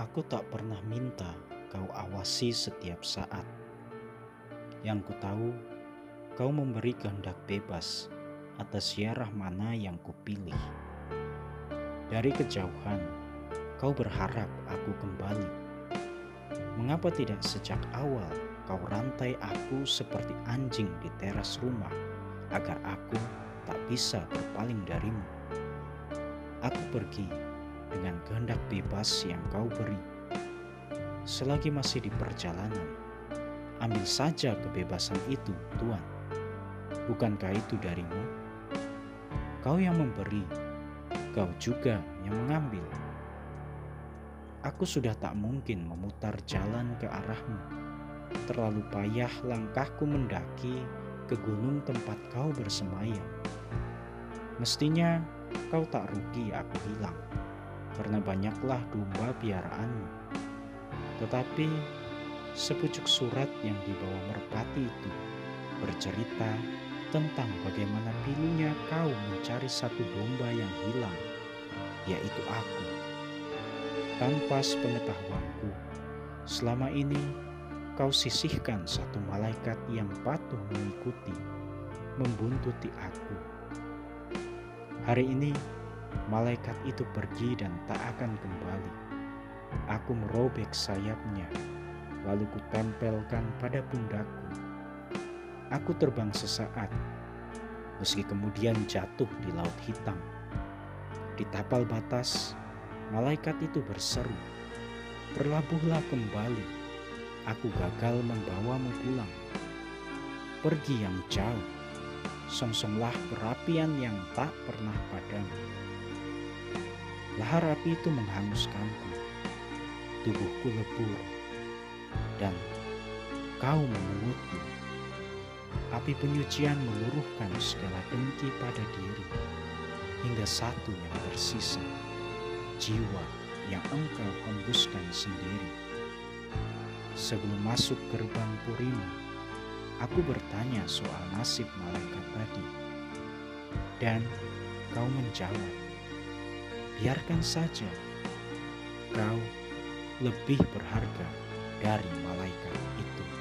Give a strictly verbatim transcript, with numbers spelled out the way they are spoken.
Aku tak pernah minta kau awasi setiap saat. Yang ku tahu, kau memberi kehendak bebas atas ziarah mana yang kupilih. Dari kejauhan, kau berharap aku kembali. Mengapa tidak sejak awal kau rantai aku seperti anjing di teras rumah agar aku tak bisa berpaling darimu? Aku pergi dengan kehendak bebas yang kau beri. Selagi masih di perjalanan, ambil saja kebebasan itu, Tuhan. Bukankah itu darimu? Kau yang memberi, kau juga yang mengambil. Aku sudah tak mungkin memutar jalan ke arahmu. Terlalu payah langkahku mendaki ke gunung tempat kau bersemayam. Mestinya kau tak rugi aku hilang, karena banyaklah domba piaraanmu. Tetapi sepucuk surat yang dibawa merpati itu bercerita tentang bagaimana pilunya kau mencari satu domba yang hilang, yaitu aku. Tanpa sepengetahuanku, selama ini kau sisihkan satu malaikat yang patuh mengikuti, membuntuti aku. Hari ini, malaikat itu pergi dan tak akan kembali. Aku merobek sayapnya, lalu kutempelkan pada pundakku. Aku terbang sesaat, meski kemudian jatuh di laut hitam. Di tapal batas, malaikat itu berseru, "Berlabuhlah kembali, aku gagal membawamu pulang. Pergi yang jauh, songsonglah perapian yang tak pernah padam." Lahar api itu menghanguskanku, tubuhku lebur, dan kau memungutku. Api penyucian meluruhkan segala dengki pada diri, hingga satu yang tersisa, jiwa yang engkau hembuskan sendiri. Sebelum masuk gerbang Purimu, aku bertanya soal nasib malaikat tadi, dan kau menjawab, "Biarkan saja, kau lebih berharga dari malaikat itu."